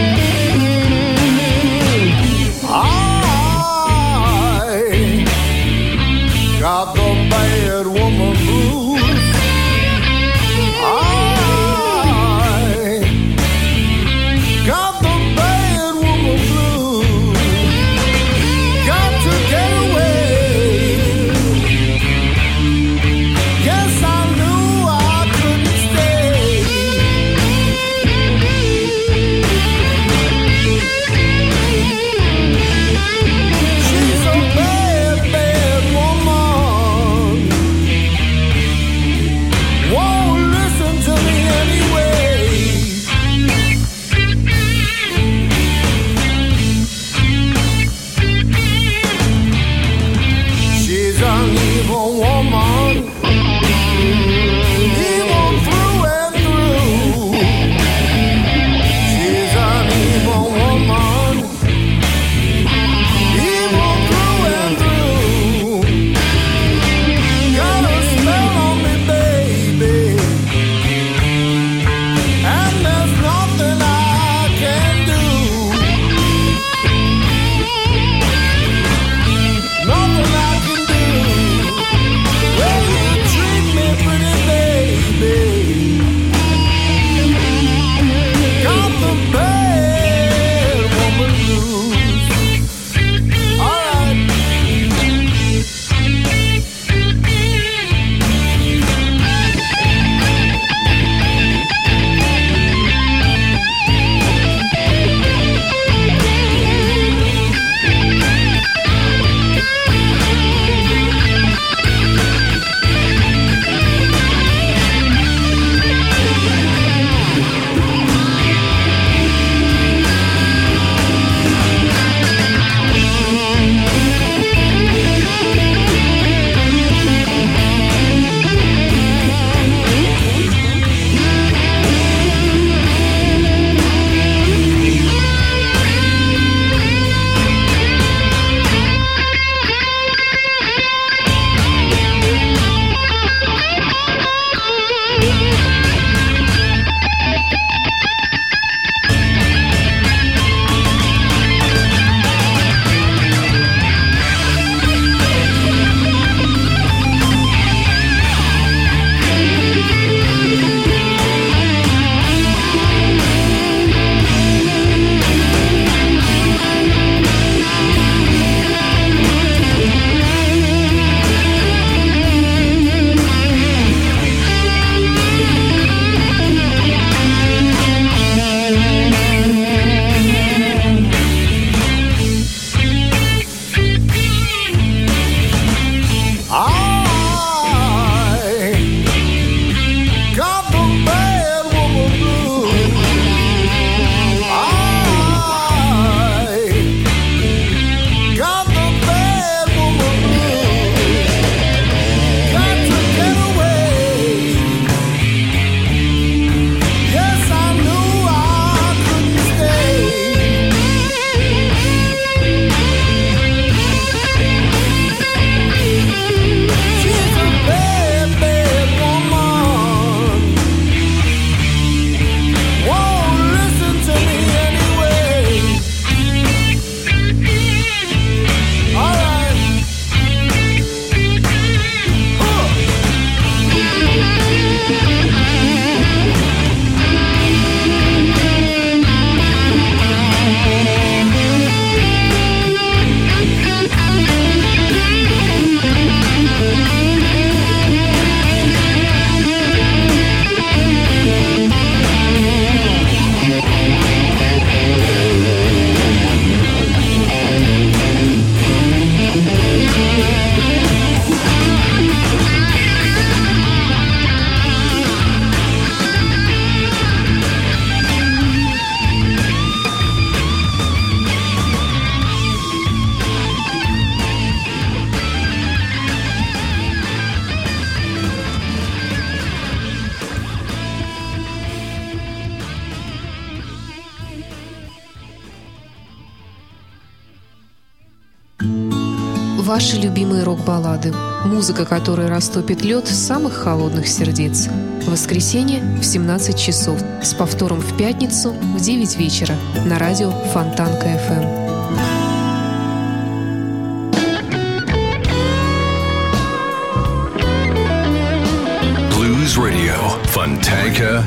Ваши любимые рок-баллады. Музыка, которая растопит лед самых холодных сердец. В воскресенье в 17 часов. С повтором в пятницу в 9 вечера. На радио Фонтанка FM. Blues Radio, Fontanka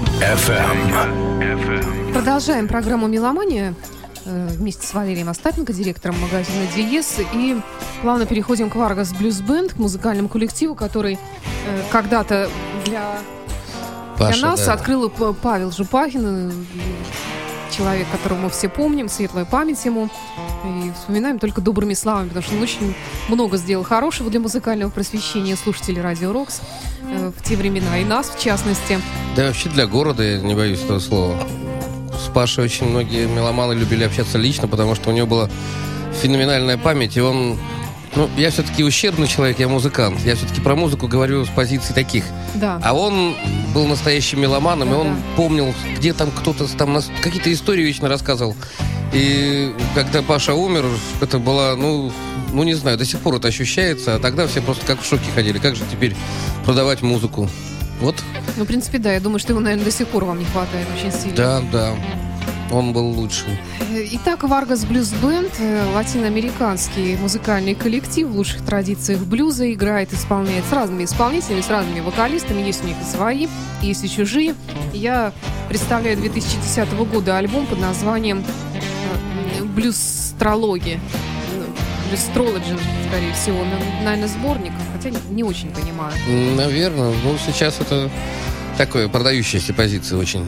FM. Продолжаем программу «Меломания» вместе с Валерием Остапенко, директором магазина «Диез». И плавно переходим к Vargas Blues Band, к музыкальному коллективу, который когда-то для нас открыл Павел Жупахин, человек, которого мы все помним, светлая память ему. И вспоминаем только добрыми словами, потому что он очень много сделал хорошего для музыкального просвещения слушателей Радио Рокс в те времена, и нас в частности. Да вообще для города, я не боюсь этого слова. С Пашей очень многие меломаны любили общаться лично, потому что у него была феноменальная память, и он... Ну, я все-таки ущербный человек, я музыкант. Я все-таки про музыку говорю с позиции таких. Да. А он был настоящим меломаном, да, и он помнил, где там кто-то там какие-то истории вечно рассказывал. И когда Паша умер, это было, ну не знаю, до сих пор это ощущается. А тогда все просто как в шоке ходили. Как же теперь продавать музыку? Вот. Ну, в принципе, да. Я думаю, что его, наверное, до сих пор вам не хватает очень сильно. Да. Он был лучшим. Итак, Vargas Blues Band, латиноамериканский музыкальный коллектив в лучших традициях блюза, играет, исполняет с разными исполнителями, с разными вокалистами. Есть у них и свои, есть и чужие. Я представляю 2010 года альбом под названием «Блюз-стрологи». «Блюз-стрологи», скорее всего. Наверное, сборник, хотя не очень понимаю. Наверное. Ну, сейчас это такое продающаяся позиция очень.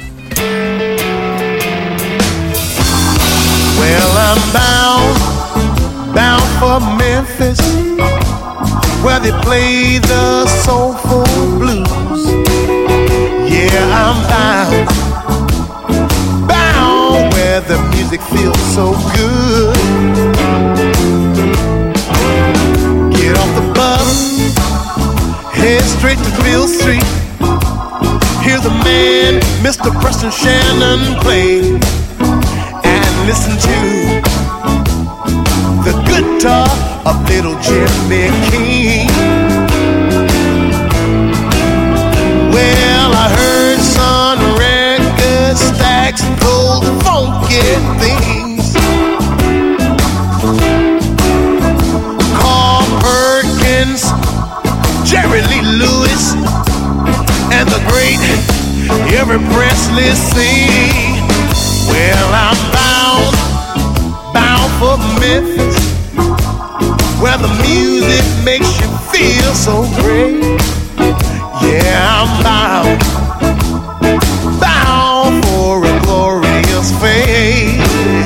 Well, I'm bound for Memphis, where they play the soulful blues. Yeah, I'm bound where the music feels so good. Get off the bus, head straight to Bill Street. Hear the man, Mr. Preston Shannon, play. Listen to the guitar of little Jimmy King. Well, I heard Sun Records stacks those funky things. Carl Perkins, Jerry Lee Lewis, and the great Elvis Presley sing. Well, I'm bound for Memphis, where the music makes you feel so great. Yeah, I'm bound for a glorious fate.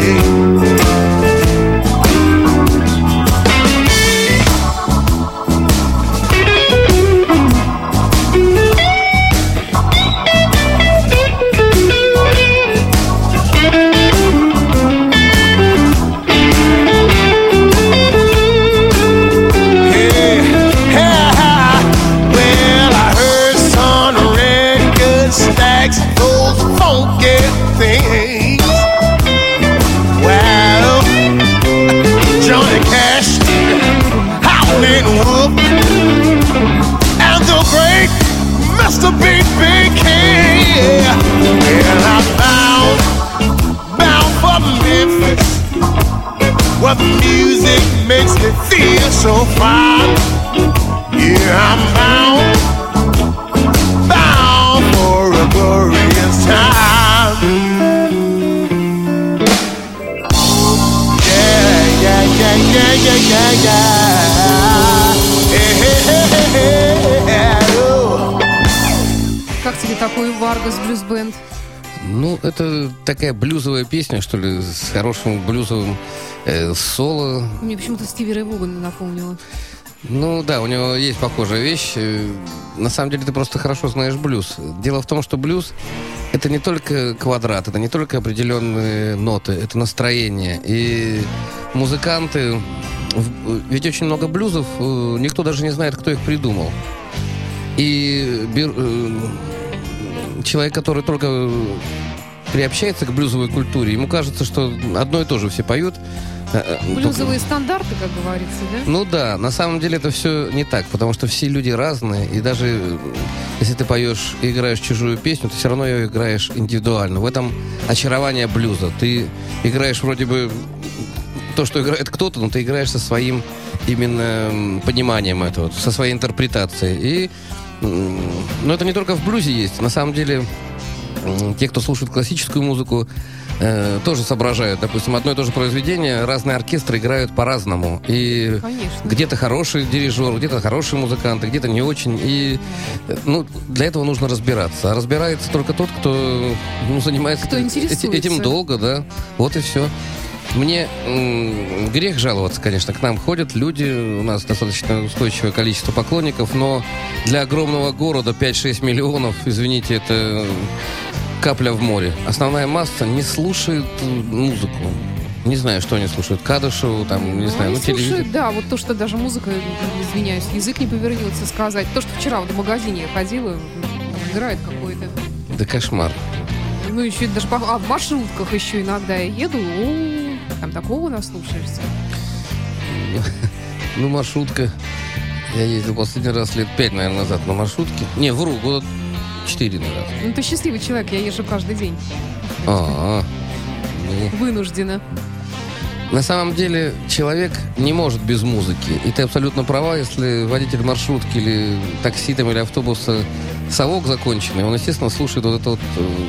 Mr. Big King. Well, I'm bound for Memphis, where the music makes me feel so fine. Yeah, I'm bound for a glorious time. Yeah. Hey. Как тебе такой Vargas Blues Band? Ну, это такая блюзовая песня, что ли, с хорошим блюзовым соло. Мне почему-то Стиви Рэй Вогана напомнила. Ну да, у него есть похожая вещь. На самом деле ты просто хорошо знаешь блюз. Дело в том, что блюз — это не только квадрат, это не только определенные ноты, это настроение. И музыканты... Ведь очень много блюзов, никто даже не знает, кто их придумал. И человек, который только приобщается к блюзовой культуре, ему кажется, что одно и то же все поют. Блюзовые стандарты, как говорится, да? Ну да, на самом деле это все не так, потому что все люди разные, и даже если ты поешь и играешь чужую песню, ты все равно ее играешь индивидуально. В этом очарование блюза. Ты играешь вроде бы то, что играет кто-то, но ты играешь со своим именно пониманием этого, со своей интерпретацией. Но это не только в блюзе есть. На самом деле, те, кто слушает классическую музыку, тоже соображают. Допустим, одно и то же произведение разные оркестры играют по-разному. И Конечно. где-то хороший дирижер, где-то хорошие музыканты, где-то не очень. И для этого нужно разбираться. А разбирается только тот, кто занимается Кто интересуется. этим долго, да. Вот и все. Мне грех жаловаться, конечно. К нам ходят люди, у нас достаточно устойчивое количество поклонников, но для огромного города 5-6 миллионов, извините, это капля в море. Основная масса не слушает музыку. Не знаю, что они слушают. Кадышеву, там, не знаю, Они телевизор. слушают, да, вот то, что даже музыка, извиняюсь, язык не повернется сказать. То, что вчера в магазине я ходила, играет какой-то. Да кошмар. Ну, еще даже в маршрутках еще иногда я еду, там такого наслушаешься. Ну, маршрутка. Я ездил последний раз лет 5, наверное, назад на маршрутке. Не, вру, года 4 назад. Ну, ты счастливый человек, я езжу каждый день. Ну, Вынуждена. на самом деле, человек не может без музыки. И ты абсолютно права, если водитель маршрутки или такси там, или автобуса совок законченный, он, естественно, слушает вот это вот...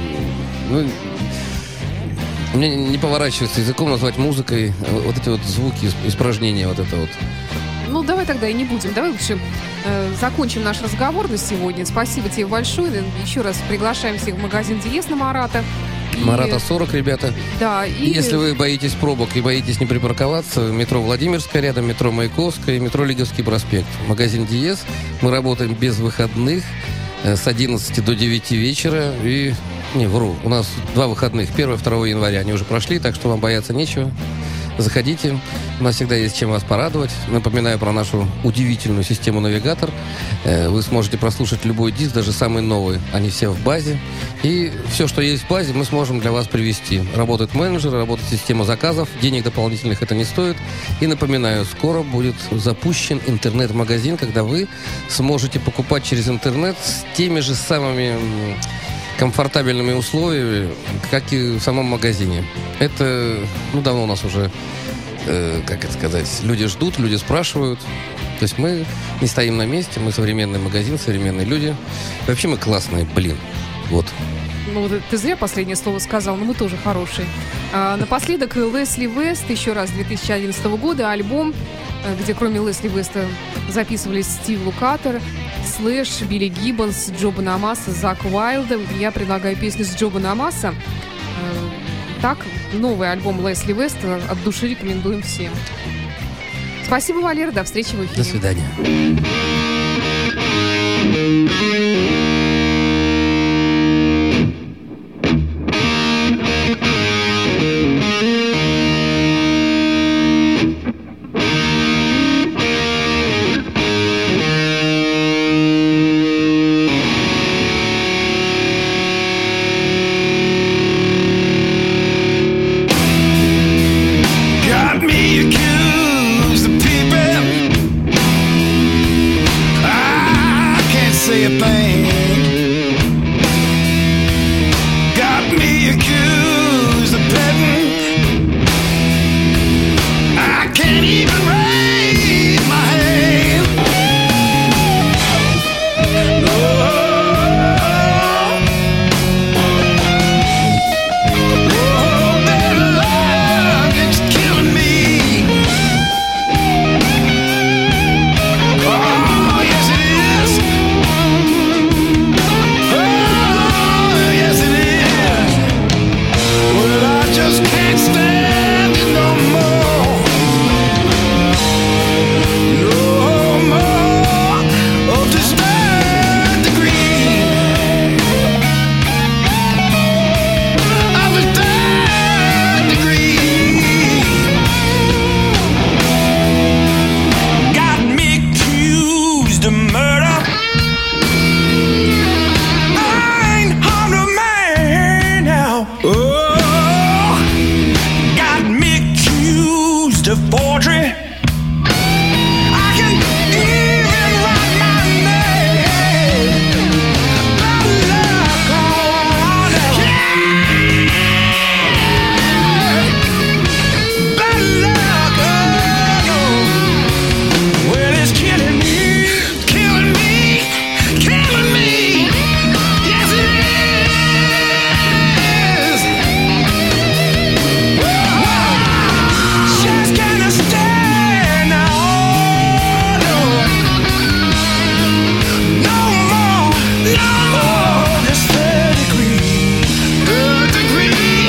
мне не поворачивается языком назвать музыкой вот эти вот звуки, испражнения вот это вот. Ну, давай тогда и не будем. Давай лучше закончим наш разговор на сегодня. Спасибо тебе большое. Еще раз приглашаем всех в магазин Диез на Марата. Марата 40, ребята. Да, И если вы боитесь пробок и боитесь не припарковаться, метро Владимирская рядом, метро Маяковская и метро Лиговский проспект. Магазин Диез. Мы работаем без выходных с 11 до 9 вечера. И, не, вру, у нас 2 выходных. 1-2 января они уже прошли, так что вам бояться нечего. Заходите, у нас всегда есть чем вас порадовать. Напоминаю про нашу удивительную систему «Навигатор». Вы сможете прослушать любой диск, даже самый новый. Они все в базе. И все, что есть в базе, мы сможем для вас привести. Работает менеджер, работает система заказов. Денег дополнительных это не стоит. И напоминаю, скоро будет запущен интернет-магазин, когда вы сможете покупать через интернет с теми же самыми комфортабельными условиями, как и в самом магазине. Это, давно у нас уже, как это сказать, люди ждут, люди спрашивают. То есть мы не стоим на месте, мы современный магазин, современные люди. Вообще мы классные, Вот. Ну, ты зря последнее слово сказал, но мы тоже хорошие. Напоследок Лесли Вест, еще раз, 2011 года, альбом, где кроме Лесли Веста записывались Стив Лукатер, Слэш, Билли Гиббонс, Джо Бонамасса, Зак Уайлд. Я предлагаю песню с Джо Бонамасса. Так, новый альбом Лесли Веста от души рекомендуем всем. Спасибо, Валера, до встречи в эфире. До свидания. Got me accused of peeping. I can't say a thing. Got me accused of petting. I can't even raise my hand. Oh, that love is killing me. Oh, yes it is. Oh, yes it is. Well, I just can't stand it no more. accused of forgery. I can even write my name. Bad luck on it. Bad luck on it. Well, it's killing me, killing me, killing me. Yes, it is. Just can't stand now. No, no more, no more. This third degree, third degree.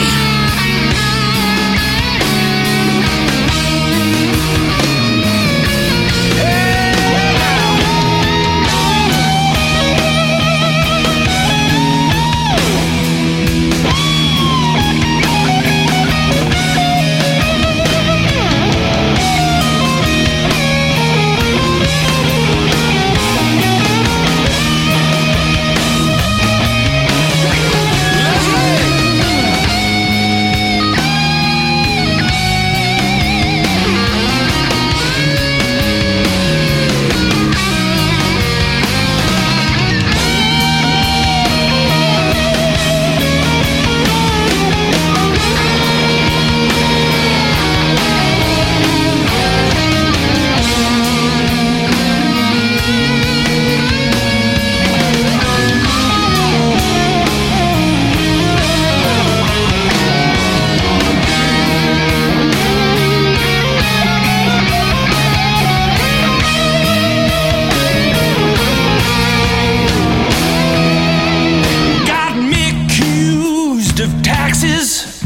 Got me accused of taxes.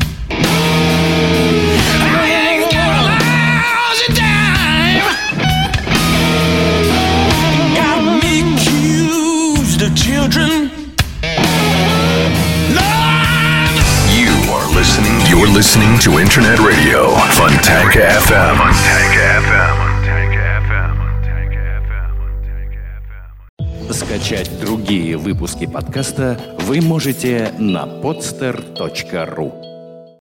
I ain't got a lousy dime. Got me accused of children. Lord, You're listening to Internet Radio, Fontanka FM. Скачать другие выпуски подкаста вы можете на podster.ru.